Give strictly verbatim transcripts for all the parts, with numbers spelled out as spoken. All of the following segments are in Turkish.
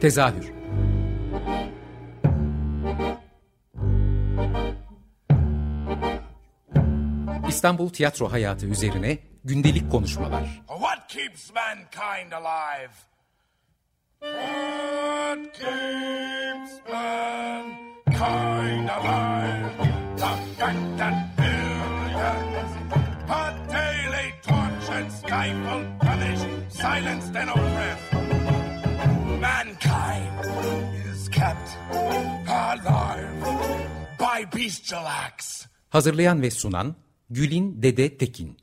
Tezahür. İstanbul tiyatro hayatı üzerine gündelik konuşmalar. What keeps mankind alive? What keeps mankind alive? The fact that billions are daily tortured, stifled, punished, silenced and oppressed. Mankind is kept alive by bestial acts. Hazırlayan ve sunan Gülin Dede Tekin.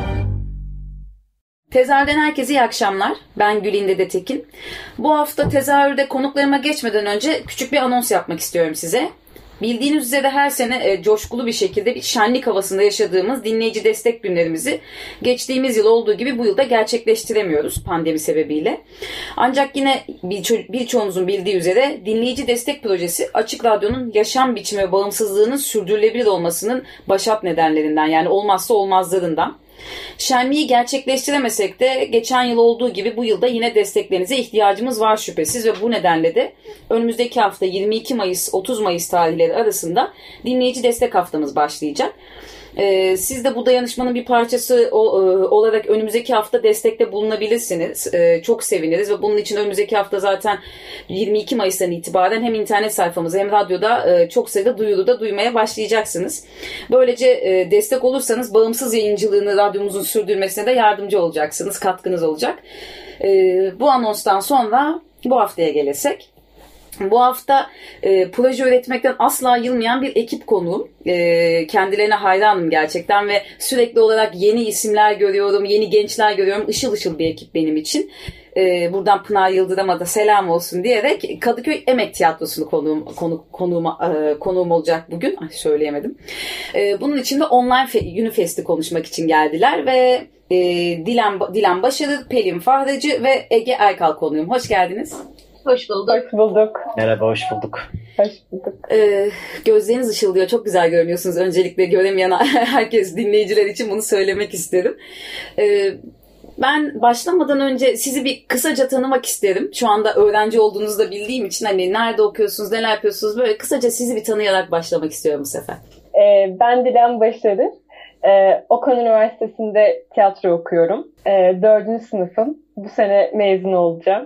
Tezahürden herkese iyi akşamlar. Ben Gülin Dede Tekin. Bu hafta tezahürde konuklarıma geçmeden önce küçük bir anons yapmak istiyorum size. Bildiğiniz üzere her sene e, coşkulu bir şekilde bir şenlik havasında yaşadığımız dinleyici destek günlerimizi geçtiğimiz yıl olduğu gibi bu yılda gerçekleştiremiyoruz pandemi sebebiyle. Ancak yine birço- birçoğunuzun bildiği üzere dinleyici destek projesi Açık Radyo'nun yaşam biçimi ve bağımsızlığının sürdürülebilir olmasının başat nedenlerinden, yani olmazsa olmazlarından. Şenliği gerçekleştiremesek de geçen yıl olduğu gibi bu yılda yine desteklerinize ihtiyacımız var şüphesiz ve bu nedenle de önümüzdeki hafta yirmi iki Mayıs otuz Mayıs tarihleri arasında dinleyici destek haftamız başlayacak. Ee, siz de bu dayanışmanın bir parçası o, e, olarak önümüzdeki hafta destekte bulunabilirsiniz. Ee, çok seviniriz ve bunun için önümüzdeki hafta zaten yirmi iki Mayıs'tan itibaren hem internet sayfamızda hem radyoda e, çok sayıda duyuruda duymaya başlayacaksınız. Böylece e, destek olursanız bağımsız yayıncılığını radyomuzun sürdürmesine de yardımcı olacaksınız, katkınız olacak. E, bu anonstan sonra bu haftaya gelirsek. Bu hafta e, proje üretmekten asla yılmayan bir ekip konuğum. E, kendilerine hayranım gerçekten ve sürekli olarak yeni isimler görüyorum, yeni gençler görüyorum. Işıl ışıl bir ekip benim için. E, buradan Pınar Yıldırım'a da selam olsun diyerek Kadıköy Emek Tiyatrosu'nu konuğum, konu, konuğum, e, konuğum olacak bugün. Ay, söyleyemedim. E, bunun için de online fe, Unifest'i konuşmak için geldiler ve e, Dilan, Dilan Başarır, Pelin Fahracı ve Ege Erkal konuğum. Hoş geldiniz. Hoş bulduk. Hoş bulduk. Merhaba, hoş bulduk. Hoş bulduk. Ee, gözleriniz ışıldıyor. Çok güzel görünüyorsunuz. Öncelikle göremeyen herkes, dinleyiciler için bunu söylemek isterim. Ee, ben başlamadan önce sizi bir kısaca tanımak isterim. Şu anda öğrenci olduğunuzu da bildiğim için hani nerede okuyorsunuz, neler yapıyorsunuz, böyle kısaca sizi bir tanıyarak başlamak istiyorum bu sefer. Ee, ben Dilan Başarır. Ee, Okan Üniversitesi'nde tiyatro okuyorum. Ee, dördüncü sınıfım. Bu sene mezun olacağım.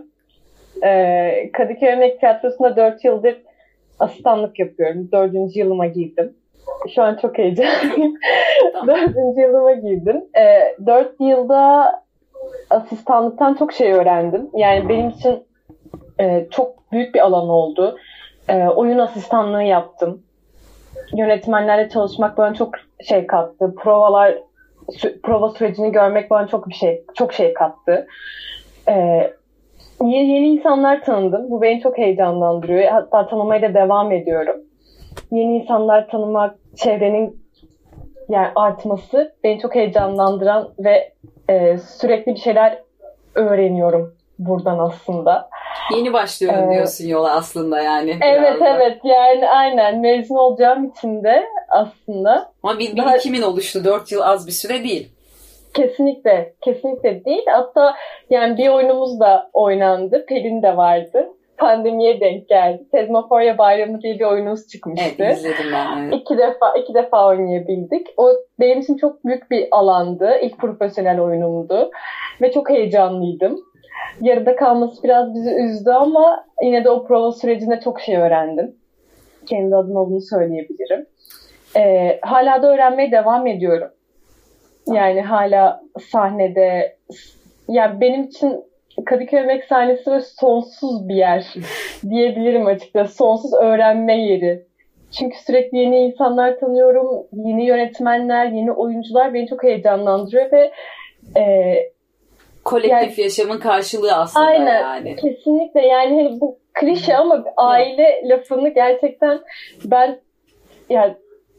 Ee, Kadıköy Emek Tiyatrosu'nda dört yıldır asistanlık yapıyorum. Dördüncü yılıma girdim. Şu an çok heyecanlıyım. Dördüncü yılıma girdim. Ee, dört yılda asistanlıktan çok şey öğrendim. Yani benim için e, çok büyük bir alan oldu. E, oyun asistanlığı yaptım. Yönetmenlerle çalışmak bana çok şey kattı. Provalar, sü- prova sürecini görmek bana çok bir şey, çok şey kattı. Ee, Yeni, yeni insanlar tanıdım. Bu beni çok heyecanlandırıyor. Hatta tanımaya da devam ediyorum. Yeni insanlar tanımak, çevrenin yani artması beni çok heyecanlandıran ve e, sürekli bir şeyler öğreniyorum buradan aslında. Yeni başlıyorum ee, diyorsun yola aslında yani. Evet evet yani aynen mezun olacağım için de aslında. Ama bir daha... birikimin oluştu. Dört yıl az bir süre değil. Kesinlikle, kesinlikle değil. Hatta yani bir oyunumuz da oynandı. Pelin de vardı. Pandemiye denk geldi. Tezmoforya Bayramı diye bir oyunumuz çıkmıştı. Evet, izledim ben. Evet. İki defa, iki defa oynayabildik. O benim için çok büyük bir alandı. İlk profesyonel oyunumdu. Ve çok heyecanlıydım. Yarıda kalması biraz bizi üzdü ama yine de o prova sürecinde çok şey öğrendim. Kendi adıma bunu söyleyebilirim. Ee, hala da öğrenmeye devam ediyorum. Yani hala sahnede, yani benim için Kadıköy Emek sahnesi ve sonsuz bir yer diyebilirim açıkçası. Sonsuz öğrenme yeri. Çünkü sürekli yeni insanlar tanıyorum, yeni yönetmenler, yeni oyuncular beni çok heyecanlandırıyor ve e, kolektif yani, yaşamın karşılığı aslında aynen, yani. Kesinlikle yani hani bu klişe ama aile lafını gerçekten ben yani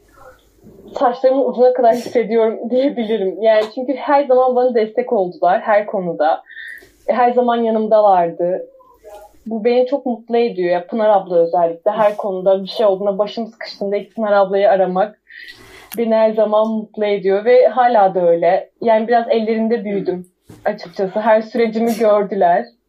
saçlarımın ucuna kadar hissediyorum diyebilirim. Yani çünkü her zaman bana destek oldular her konuda. Her zaman yanımdalardı. Bu beni çok mutlu ediyor. Ya Pınar abla özellikle her konuda bir şey olduğunda başım sıkıştığında ilk Pınar ablayı aramak beni her zaman mutlu ediyor ve hala da öyle. Yani biraz ellerinde büyüdüm açıkçası. Her sürecimi gördüler.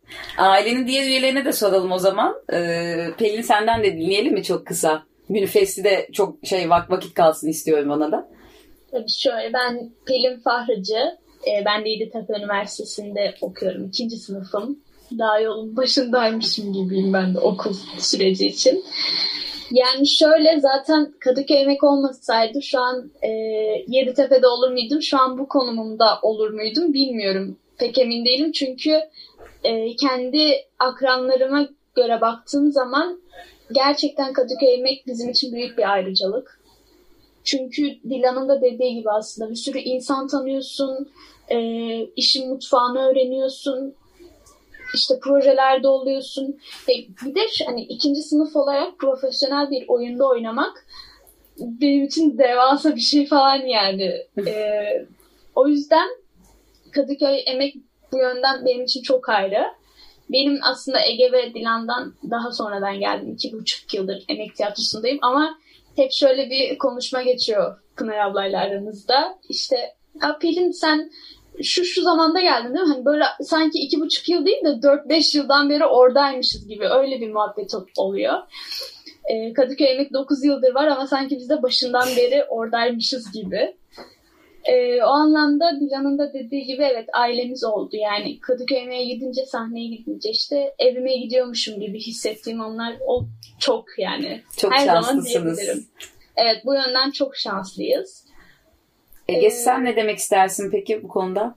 Ailenin diğer üyelerine de soralım o zaman. Ee, Pelin senden de dinleyelim mi çok kısa? Günüfest'i de çok şey vakit kalsın istiyorum ona da. Tabii şöyle, ben Pelin Fahracı. Ee, ben de Yeditepe Üniversitesi'nde okuyorum. İkinci sınıfım. Daha yolun başındaymışım gibiyim ben de okul süreci için. Yani şöyle, zaten Kadıköy Emek olmasaydı şu an e, Yeditepe'de olur muydum? Şu an bu konumumda olur muydum bilmiyorum. Pek emin değilim çünkü e, kendi akranlarıma göre baktığım zaman gerçekten Kadıköy Emek bizim için büyük bir ayrıcalık. Çünkü Dilan'ın da dediği gibi aslında bir sürü insan tanıyorsun, e, işin mutfağını öğreniyorsun, işte projelerde oluyorsun. E, bir de hani ikinci sınıf olarak profesyonel bir oyunda oynamak benim için devasa bir şey falan yani. E, o yüzden Kadıköy Emek bu yönden benim için çok ayrı. Benim aslında Ege ve Dilan'dan daha sonradan geldim. İki buçuk yıldır Emek Tiyatrosu'ndayım ama hep şöyle bir konuşma geçiyor Pınar ablayla aramızda. İşte Pelin sen şu şu zamanda geldin değil mi? Hani böyle sanki iki buçuk yıl değil de dört beş yıldan beri oradaymışız gibi öyle bir muhabbet oluyor. Ee, Kadıköy Emek dokuz yıldır var ama sanki biz de başından beri oradaymışız gibi. Ee, o anlamda Dilan'ın da dediği gibi evet ailemiz oldu. Yani Kadıköy Emek'e gidince, sahneye gidince işte evime gidiyormuşum gibi hissettiğim anlar o çok yani. Çok her zaman şanslısınız. diyebilirim. Evet, bu yönden çok şanslıyız. Ege Ee, sen ne demek istersin peki bu konuda?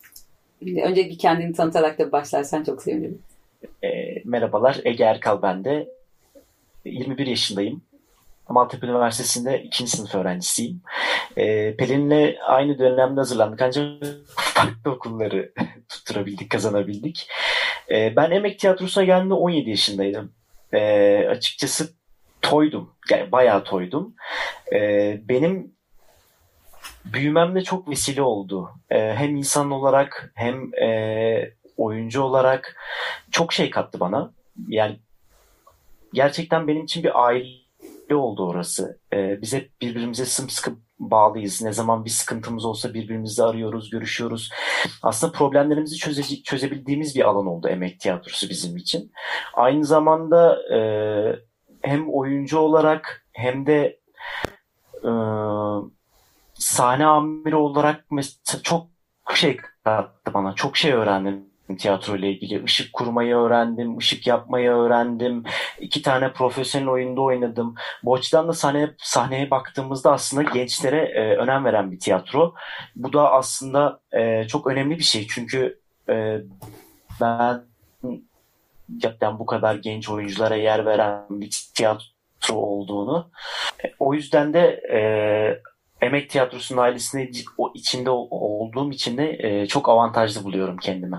Önce bir kendini tanıtarak da başlarsan çok sevinirim. E, merhabalar, Ege Erkal ben de. yirmi bir yaşındayım. Maltepe Üniversitesi'nde ikinci sınıf öğrencisiyim. E, Pelin'le aynı dönemde hazırlandık ancak farklı okulları tutturabildik, kazanabildik. E, ben Emek Tiyatrosu'na geldiğimde on yedi yaşındaydım. E, açıkçası toydum, yani bayağı toydum. E, benim büyümemde çok vesile oldu. E, hem insan olarak hem e, oyuncu olarak çok şey kattı bana. Yani gerçekten benim için bir aile oldu orası. Ee, biz hep birbirimize sımsıkı bağlıyız. Ne zaman bir sıkıntımız olsa birbirimizi arıyoruz, görüşüyoruz. Aslında problemlerimizi çöze- çözebildiğimiz bir alan oldu Emek Tiyatrosu bizim için. Aynı zamanda e, hem oyuncu olarak hem de e, sahne amiri olarak mesela çok şey kattı bana. Çok şey öğrendim tiyatro ile ilgili. Işık kurmayı öğrendim, ışık yapmayı öğrendim. İki tane profesyonel oyunda oynadım. Bu açıdan da sahneye, sahneye baktığımızda aslında gençlere e, önem veren bir tiyatro. Bu da aslında e, çok önemli bir şey. Çünkü e, ben yani bu kadar genç oyunculara yer veren bir tiyatro olduğunu. E, o yüzden de e, Emek Tiyatrosu'nun ailesinde o içinde olduğum için de e, çok avantajlı buluyorum kendime.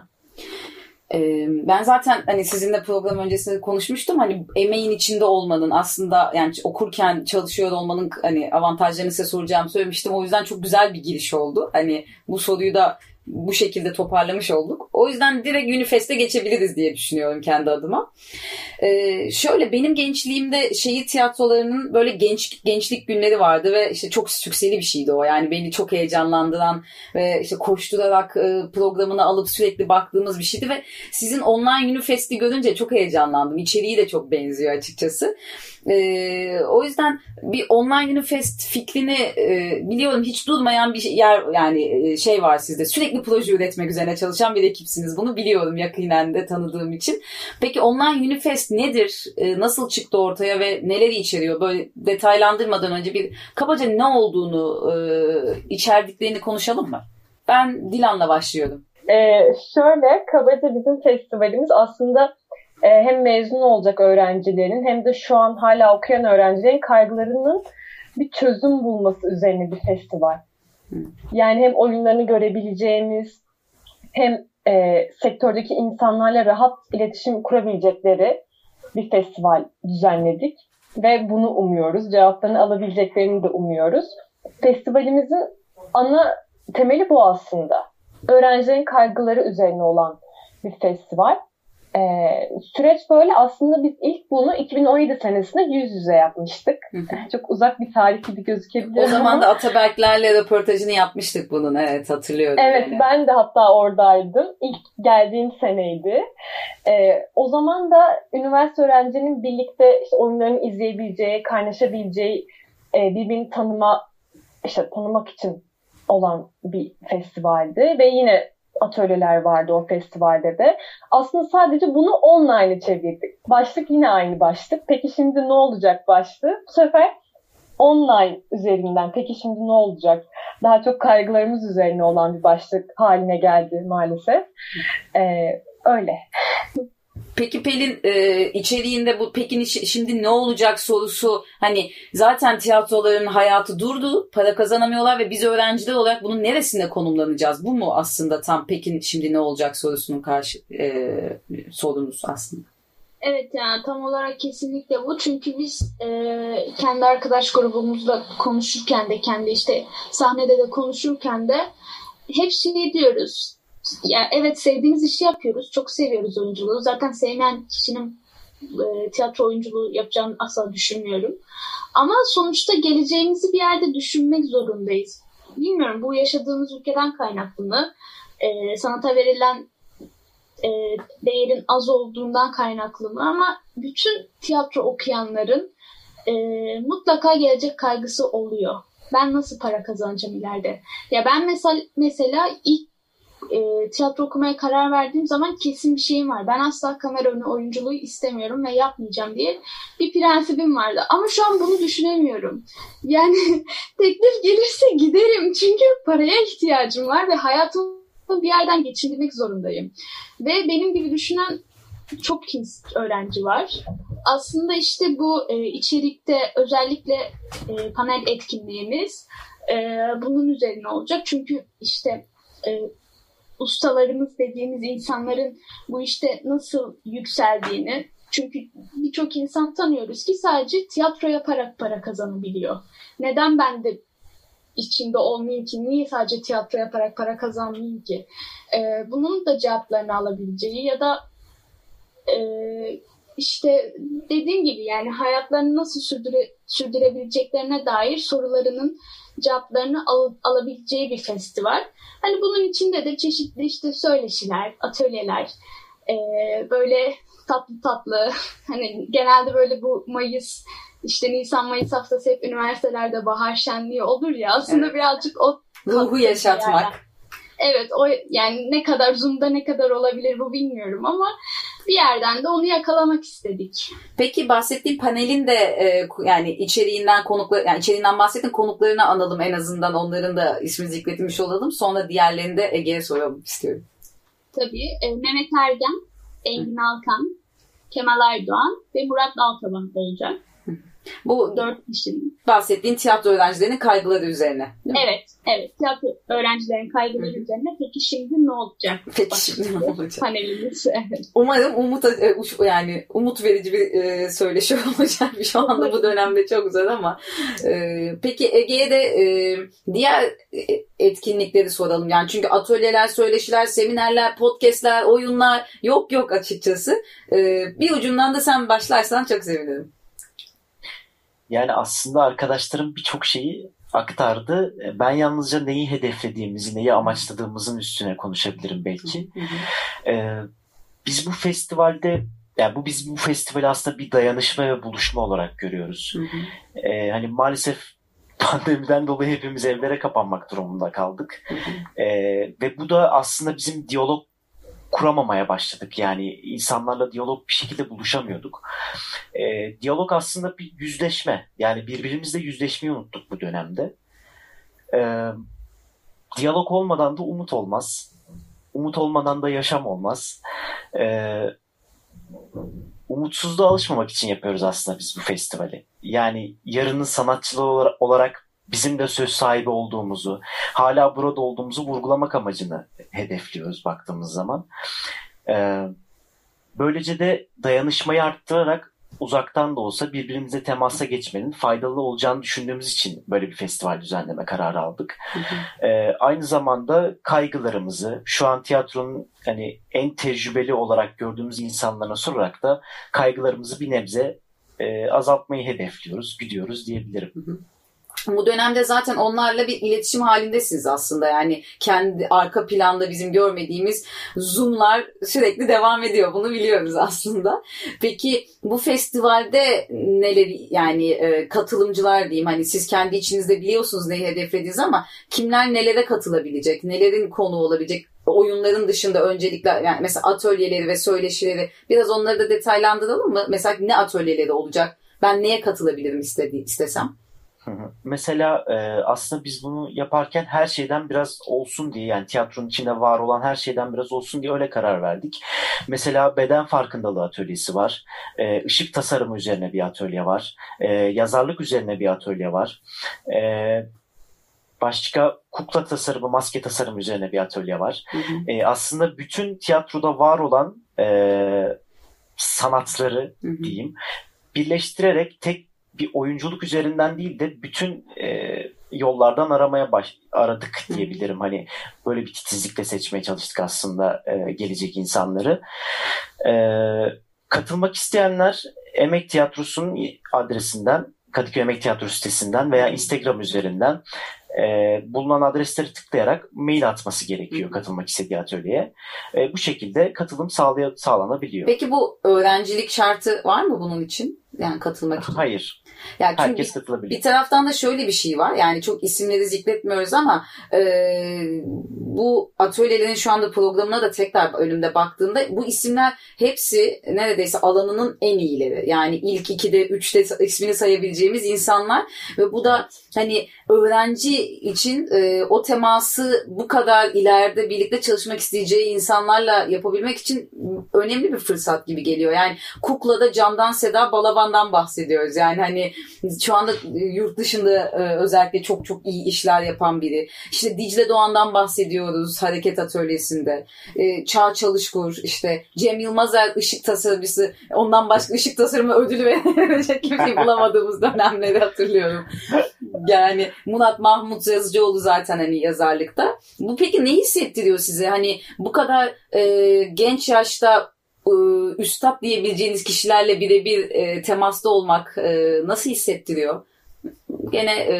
Ben zaten hani sizinle program öncesinde konuşmuştum, hani emeğin içinde olmanın aslında, yani okurken çalışıyor olmanın hani avantajlarını size soracağımı söylemiştim. O yüzden çok güzel bir giriş oldu. Hani bu soruyu da bu şekilde toparlamış olduk. O yüzden direkt Günüfest'e geçebiliriz diye düşünüyorum kendi adıma. Ee, şöyle benim gençliğimde şehir tiyatrolarının böyle genç gençlik günleri vardı ve işte çok sükseli bir şeydi o. Yani beni çok heyecanlandıran ve işte koşturarak e, programını alıp sürekli baktığımız bir şeydi ve sizin online Günüfest'i görünce çok heyecanlandım. İçeriği de çok benziyor açıkçası. Ee, o yüzden bir online Günüfest fikrini e, biliyorum hiç durmayan bir yer, yani e, şey var sizde, sürekli proje üretmek üzerine çalışan bir ekipsiniz, bunu biliyorum yakinen de tanıdığım için. Peki online Günüfest nedir? E, nasıl çıktı ortaya ve neleri içeriyor? Böyle detaylandırmadan önce bir kabaca ne olduğunu, e, içerdiklerini konuşalım mı? Ben Dilan'la başlıyorum. Ee, şöyle kabaca bizim festivalimiz aslında hem mezun olacak öğrencilerin hem de şu an hala okuyan öğrencilerin kaygılarının bir çözüm bulması üzerine bir festival. Yani hem oyunlarını görebileceğimiz hem e, sektördeki insanlarla rahat iletişim kurabilecekleri bir festival düzenledik. Ve bunu umuyoruz. Cevaplarını alabileceklerini de umuyoruz. Festivalimizin ana temeli bu aslında. Öğrencilerin kaygıları üzerine olan bir festival. Ee, süreç böyle. Aslında biz ilk bunu iki bin on yedi senesinde yüz yüze yapmıştık. Hı hı. Çok uzak bir tarih gibi gözükebilir. O zaman ama da Ataberklerle röportajını yapmıştık bunun. Evet, hatırlıyorum. Evet, yani. Ben de hatta oradaydım. İlk geldiğim seneydi. Ee, o zaman da üniversite öğrencinin birlikte işte oyunlarını izleyebileceği, kaynaşabileceği, e, birbirini tanıma, işte tanımak için olan bir festivaldi ve yine atölyeler vardı o festivalde de. Aslında sadece bunu online'e çevirdik. Başlık yine aynı başlık. Peki şimdi ne olacak başlığı? Bu sefer online üzerinden. Peki şimdi ne olacak? Daha çok kaygılarımız üzerine olan bir başlık haline geldi maalesef. Ee, öyle. Peki Pelin, e, içeriğinde bu peki şimdi ne olacak sorusu, hani zaten tiyatroların hayatı durdu, para kazanamıyorlar ve biz öğrenciler olarak bunun neresinde konumlanacağız? Bu mu aslında tam peki şimdi ne olacak sorusunun karşı e, sorunuz aslında? Evet, yani tam olarak kesinlikle bu. Çünkü biz e, kendi arkadaş grubumuzla konuşurken de, kendi işte sahnede de konuşurken de hep şey diyoruz. Ya evet, sevdiğimiz işi yapıyoruz. Çok seviyoruz oyunculuğu. Zaten sevmeyen kişinin e, tiyatro oyunculuğu yapacağını asla düşünmüyorum. Ama sonuçta geleceğimizi bir yerde düşünmek zorundayız. Bilmiyorum, bu yaşadığımız ülkeden kaynaklı mı? E, sanata verilen e, değerin az olduğundan kaynaklı mı? Ama bütün tiyatro okuyanların e, mutlaka gelecek kaygısı oluyor. Ben nasıl para kazanacağım ileride? Ya ben mesela, mesela ilk E, tiyatro okumaya karar verdiğim zaman kesin bir şeyim var. Ben asla kamera önü oyunculuğu istemiyorum ve yapmayacağım diye bir prensibim vardı. Ama şu an bunu düşünemiyorum. Yani teklif gelirse giderim. Çünkü paraya ihtiyacım var ve hayatımı bir yerden geçindirmek zorundayım. Ve benim gibi düşünen çok öğrenci var. Aslında işte bu e, içerikte özellikle e, panel etkinliğimiz e, bunun üzerine olacak. Çünkü işte e, ustalarımız dediğimiz insanların bu işte nasıl yükseldiğini, çünkü birçok insan tanıyoruz ki sadece tiyatro yaparak para kazanabiliyor. Neden ben de içinde olmayayım ki? Niye sadece tiyatro yaparak para kazanmayayım ki? Ee, bunun da cevaplarını alabileceği ya da e, işte dediğim gibi yani hayatlarını nasıl sürdüre, sürdürebileceklerine dair sorularının cevaplarını al, alabileceği bir festival. Hani bunun içinde de çeşitli işte söyleşiler, atölyeler, e, böyle tatlı tatlı, hani genelde böyle bu Mayıs, işte Nisan-Mayıs haftası hep üniversitelerde bahar şenliği olur ya, aslında evet. Birazcık o ruhu yaşatmak. Yani. Evet, o yani ne kadar Zoom'da ne kadar olabilir bu bilmiyorum ama bir yerden de onu yakalamak istedik. Peki bahsettiğim panelin de e, yani içeriğinden konuklar, yani içeriğinden bahsettin, konuklarını analım en azından, onların da ismini zikretmiş olalım. Sonra diğerlerini de Ege'ye soralım istiyorum. Tabii. E, Mehmet Ergen, Engin Hı. Alkan, Kemal Erdoğan ve Murat Daltaban olacak. Hı. Bu dört kişinin. Bahsettiğin tiyatro öğrencilerinin kaygıları üzerine. Evet, evet. Tiyatro öğrencilerin kaygıları Hı. üzerine. Peki şimdi ne olacak? Peki şimdi ne olacak? Panelimiz. Evet. Umarım umut yani umut verici bir e, söyleşi olacak. Şu anda bu dönemde çok zor ama. E, peki Ege'ye de e, diğer etkinlikleri soralım. Yani çünkü atölyeler, söyleşiler, seminerler, podcastler, oyunlar yok yok açıkçası. E, bir ucundan da sen başlarsan çok sevinirim. Yani aslında arkadaşlarım birçok şeyi aktardı. Ben yalnızca neyi hedeflediğimizi, neyi amaçladığımızın üstüne konuşabilirim belki. Ee, biz bu festivalde, yani bu biz bu festivali aslında bir dayanışma ve buluşma olarak görüyoruz. Ee, hani maalesef pandemiden dolayı hepimiz evlere kapanmak durumunda kaldık. Ee, ve bu da aslında bizim diyalog kuramamaya başladık. Yani insanlarla diyalog bir şekilde buluşamıyorduk. E, diyalog aslında bir yüzleşme. Yani birbirimizle yüzleşmeyi unuttuk bu dönemde. E, diyalog olmadan da umut olmaz. Umut olmadan da yaşam olmaz. E, umutsuzluğa alışmamak için yapıyoruz aslında biz bu festivali. Yani yarının sanatçıları olarak bizim de söz sahibi olduğumuzu, hala burada olduğumuzu vurgulamak amacını hedefliyoruz baktığımız zaman. Ee, böylece de dayanışmayı arttırarak uzaktan da olsa birbirimize temasa geçmenin faydalı olacağını düşündüğümüz için böyle bir festival düzenleme kararı aldık. Hı hı. Ee, aynı zamanda kaygılarımızı şu an tiyatronun hani en tecrübeli olarak gördüğümüz insanlara sorarak da kaygılarımızı bir nebze e, azaltmayı hedefliyoruz, gidiyoruz diyebilirim. Hı hı. Bu dönemde zaten onlarla bir iletişim halindesiniz aslında. Yani kendi arka planda bizim görmediğimiz Zoom'lar sürekli devam ediyor. Bunu biliyoruz aslında. Peki bu festivalde neler, yani e, katılımcılar diyeyim, hani siz kendi içinizde biliyorsunuz neyi hedeflediğiniz ama kimler nelere katılabilecek? Nelerin konu olabilecek? Oyunların dışında öncelikle yani mesela atölyeleri ve söyleşileri, biraz onları da detaylandıralım mı? Mesela ne atölyeleri olacak? Ben neye katılabilirim istedi, istesem? Mesela e, aslında biz bunu yaparken her şeyden biraz olsun diye, yani tiyatronun içinde var olan her şeyden biraz olsun diye öyle karar verdik. Mesela beden farkındalığı atölyesi var. E, ışık tasarımı üzerine bir atölye var. E, yazarlık üzerine bir atölye var. E, başka kukla tasarımı, maske tasarımı üzerine bir atölye var. Hı hı. E, aslında bütün tiyatroda var olan e, sanatları hı hı. diyeyim birleştirerek tek bir oyunculuk üzerinden değil de bütün e, yollardan aramaya baş, aradık diyebilirim. Hani böyle bir titizlikle seçmeye çalıştık aslında e, gelecek insanları. E, katılmak isteyenler Emek Tiyatrosu'nun adresinden, Kadıköy Emek Tiyatrosu sitesinden veya Instagram üzerinden e, bulunan adresleri tıklayarak mail atması gerekiyor Hı. katılmak istediği atölyeye. E, bu şekilde katılım sağlay- sağlanabiliyor. Peki bu öğrencilik şartı var mı bunun için? Yani katılmak için? Hayır. Yani herkes bir, katılabilir. Bir taraftan da şöyle bir şey var. Yani çok isimleri zikretmiyoruz ama e, bu atölyelerin şu anda programına da tekrar önümde baktığımda bu isimler hepsi neredeyse alanının en iyileri. Yani ilk ikide, üçte ismini sayabileceğimiz insanlar ve bu da hani öğrenci için e, o teması bu kadar ileride birlikte çalışmak isteyeceği insanlarla yapabilmek için önemli bir fırsat gibi geliyor. Yani kuklada Candan Seda Balaban'dan bahsediyoruz. Yani hani şu anda yurt dışında e, özellikle çok çok iyi işler yapan biri. İşte Dicle Doğan'dan bahsediyoruz hareket atölyesinde. E, Çağ Çalışkur, işte Cem Yılmazer ışık tasarımcısı. Ondan başka ışık tasarımı ödülü verecek kimseyi bulamadığımız dönemleri hatırlıyorum. Yani Murat Mahmut Yazıcıoğlu zaten hani yazarlıkta. Bu peki ne hissettiriyor size? Hani bu kadar e, genç yaşta e, üstad diyebileceğiniz kişilerle birebir e, temasta olmak e, nasıl hissettiriyor? Gene e,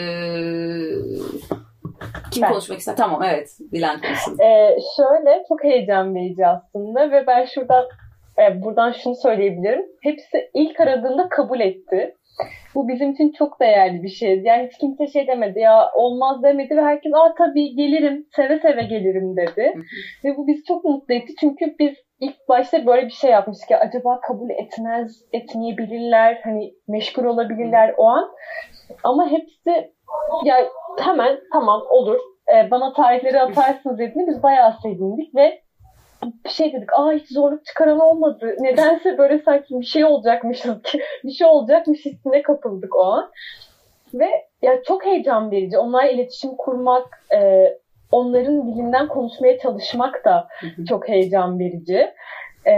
kim ben. konuşmak ister? Tamam, evet. Dilan konuşsun. Ee, şöyle çok heyecan verici aslında ve ben şuradan e, buradan şunu söyleyebilirim. Hepsi ilk aradığında kabul etti. Bu bizim için çok değerli bir şey. Yani hiç kimse şey demedi ya, olmaz demedi ve herkes aa tabii gelirim, seve seve gelirim dedi. Hı hı. Ve bu bizi çok mutlu etti çünkü biz ilk başta böyle bir şey yapmıştık ya, acaba kabul etmez, etmeyebilirler, hani meşgul olabilirler o an. Ama hepsi ya hemen tamam olur, ee, bana tarihleri atarsınız dediğinde biz bayağı sevindik ve bir şey dedik, aa hiç zorluk çıkaran olmadı. Nedense böyle sanki bir şey olacakmışız, bir şey olacakmış hissine kapıldık o an. Ve ya çok heyecan verici. Onlarla iletişim kurmak, e, onların dilinden konuşmaya çalışmak da çok heyecan verici. E,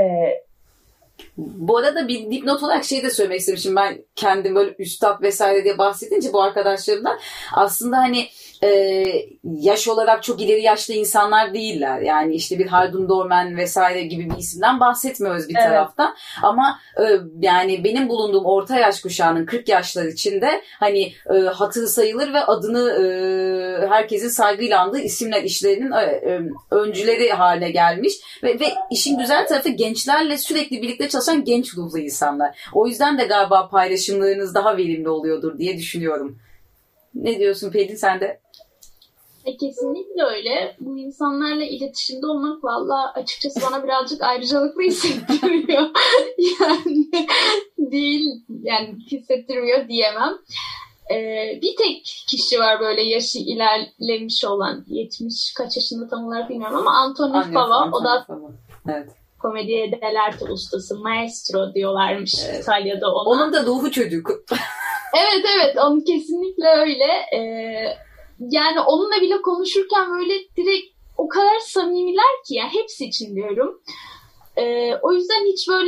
Bu arada bir dipnot olarak şey de söylemek istemişim. Ben kendim böyle üstad vesaire diye bahsedince bu arkadaşlarımdan aslında hani e, yaş olarak çok ileri yaşlı insanlar değiller. Yani işte bir Haldun Dorman vesaire gibi bir isimden bahsetmiyoruz bir evet. taraftan. Ama e, yani benim bulunduğum orta yaş kuşağının kırk yaşlar içinde hani e, hatırı sayılır ve adını e, herkesin saygıyla andığı isimler, işlerinin e, e, öncüleri haline gelmiş. Ve, ve işin güzel tarafı gençlerle sürekli birlikte çalışan genç ruhlu insanlar. O yüzden de galiba paylaşımlarınız daha verimli oluyordur diye düşünüyorum. Ne diyorsun Pelin, sen de? E, kesinlikle öyle. Bu insanlarla iletişimde olmak valla açıkçası bana birazcık ayrıcalıklı hissettiriyor. yani değil, yani hissettirmiyor diyemem. Ee, bir tek kişi var böyle yaşı ilerlemiş olan, yetmiş kaç yaşında tam olarak bilmiyorum ama Anthony Anladım, Fava. Anthony o da Fava. Evet. Komediye dell'arte ustası, maestro diyorlarmış evet. İtalya'da ona. Onun da ruhu çocuk. evet evet, onun kesinlikle öyle. Ee, yani onunla bile konuşurken böyle direkt o kadar samimiler ki, yani hepsi için diyorum. Ee, o yüzden hiç böyle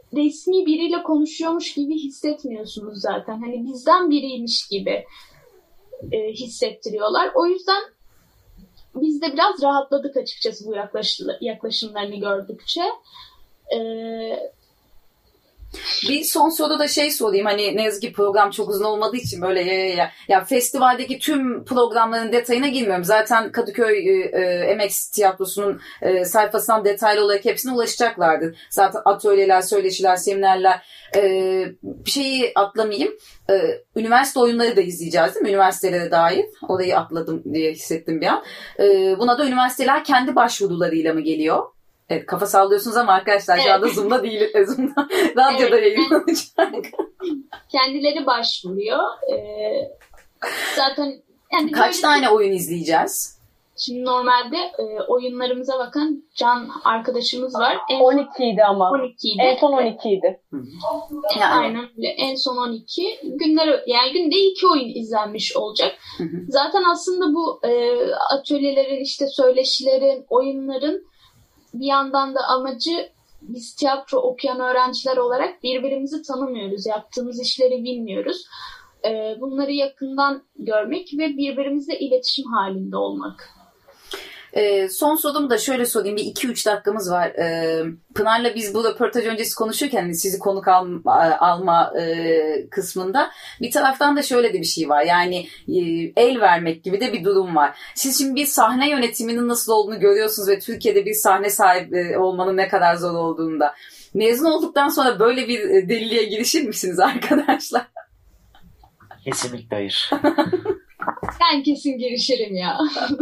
resmi biriyle konuşuyormuş gibi hissetmiyorsunuz zaten. Hani bizden biriymiş gibi e, hissettiriyorlar. O yüzden biz de biraz rahatladık açıkçası bu yaklaş, yaklaşımlarını gördükçe. Ee, Bir son soru da şey sorayım, hani ne yazık ki program çok uzun olmadığı için böyle ya, ya, ya festivaldeki tüm programların detayına girmiyorum. Zaten Kadıköy e, M X Tiyatrosu'nun e, sayfasından detaylı olarak hepsine ulaşacaklardır. Zaten atölyeler, söyleşiler, seminerler, e, bir şeyi atlamayayım. E, üniversite oyunları da izleyeceğiz değil mi? Üniversitelere dair. Orayı atladım diye hissettim bir an. E, buna da üniversiteler kendi başvurularıyla mı geliyor? Evet, kafa sallıyorsunuz ama arkadaşlar şu anda Zoom'da değil, Zoom'da radyoda evet, yayınlanacak. Kendileri başvuruyor. Ee, zaten yani kaç böyle tane oyun izleyeceğiz? Şimdi normalde e, oyunlarımıza bakan Can arkadaşımız var. En on ikiydi ama. on ikiydi. En son on ikiydi. Yani aynen öyle. En son on iki. Günler, yani günde iki oyun izlenmiş olacak. Hı hı. Zaten aslında bu e, atölyelerin, işte söyleşilerin, oyunların bir yandan da amacı, biz tiyatro okuyan öğrenciler olarak birbirimizi tanımıyoruz. Yaptığımız işleri bilmiyoruz. Bunları yakından görmek ve birbirimizle iletişim halinde olmak. E, son sorum da şöyle sorayım. Bir iki üç dakikamız var. E, Pınar'la biz bu röportaj öncesi konuşurken hani sizi konuk al, alma e, kısmında bir taraftan da şöyle de bir şey var. Yani e, el vermek gibi de bir durum var. Siz şimdi bir sahne yönetiminin nasıl olduğunu görüyorsunuz ve Türkiye'de bir sahne sahibi olmanın ne kadar zor olduğunu da. Mezun olduktan sonra böyle bir deliliğe girişir misiniz arkadaşlar? Kesinlikle hayır. Ben kesin girişirim ya.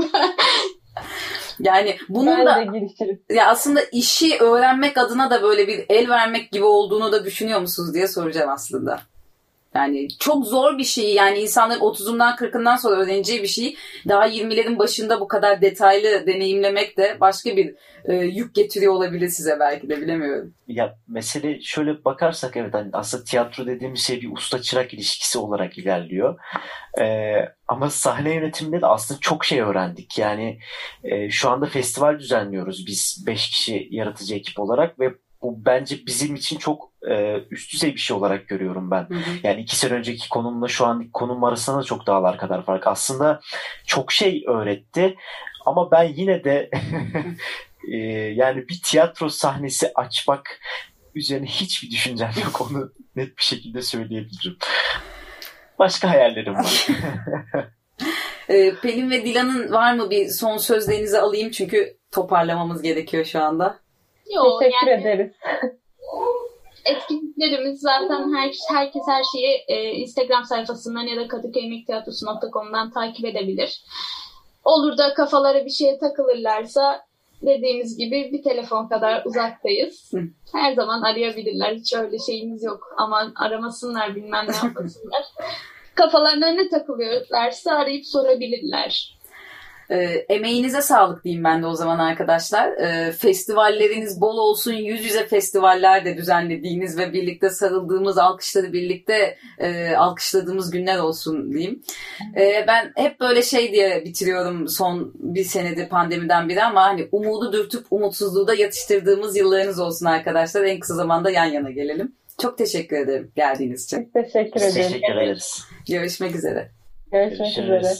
Yani bunun ben da de girişirim. Ya aslında işi öğrenmek adına da böyle bir el vermek gibi olduğunu da düşünüyor musunuz diye soracağım aslında. Yani çok zor bir şey, yani insanların otuzundan kırkından sonra öğreneceği bir şeyi daha yirmilerin başında bu kadar detaylı deneyimlemek de başka bir e, yük getiriyor olabilir size, belki de bilemiyorum. Ya mesele şöyle bakarsak evet, hani aslında tiyatro dediğimiz şey bir usta çırak ilişkisi olarak ilerliyor. Ee, ama sahne yönetiminde de aslında çok şey öğrendik. Yani e, şu anda festival düzenliyoruz biz beş kişi yaratıcı ekip olarak ve bu bence bizim için çok e, üst düzey bir şey olarak görüyorum ben. Hı hı. Yani iki sene önceki konumla şu anki konum arasında da çok dağlar kadar fark. Aslında çok şey öğretti ama ben yine de e, yani bir tiyatro sahnesi açmak üzerine hiçbir düşüncem yok. Onu net bir şekilde söyleyebilirim. Başka hayallerim var. e, Pelin ve Dilan'ın var mı bir son sözlerinizi alayım çünkü toparlamamız gerekiyor şu anda. Yo, teşekkür yani, ederiz. Etkinliklerimiz zaten her, herkes her şeyi e, Instagram sayfasından ya da kadıköy emik tiyatrosu nokta com'dan takip edebilir. Olur da kafalara bir şeye takılırlarsa dediğimiz gibi bir telefon kadar uzaktayız. Hı. Her zaman arayabilirler. Hiç öyle şeyimiz yok. Aman aramasınlar, bilmem ne yapmasınlar. Kafalarına ne takılıyorlarsa arayıp sorabilirler. E, emeğinize sağlık diyeyim ben de o zaman arkadaşlar. E, festivalleriniz bol olsun. Yüz yüze festivaller de düzenlediğiniz ve birlikte sarıldığımız, alkışları birlikte e, alkışladığımız günler olsun diyeyim. E, ben hep böyle şey diye bitiriyorum son bir senedir pandemiden beri ama hani umudu dürtüp umutsuzluğu da yatıştırdığımız yıllarınız olsun arkadaşlar. En kısa zamanda yan yana gelelim. Çok teşekkür ederim geldiğiniz için. Teşekkür ederim. Teşekkür ederiz. Görüşmek üzere. Görüşmek Görüşürüz. üzere.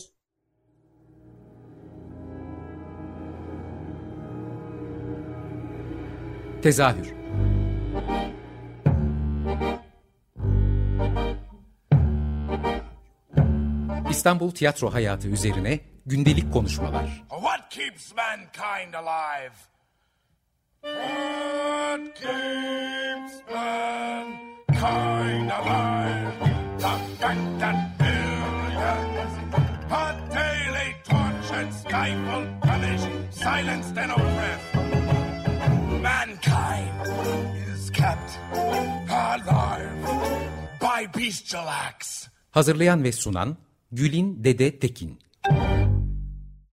Tezahür. İstanbul tiyatro hayatı üzerine gündelik konuşmalar. What keeps mankind alive? What keeps mankind alive? The fact that billions are daily tortured, stifled, punished, silenced and oppressed. Mankind is kept alive by bestial acts. Hazırlayan ve sunan Gülin Dede Tekin.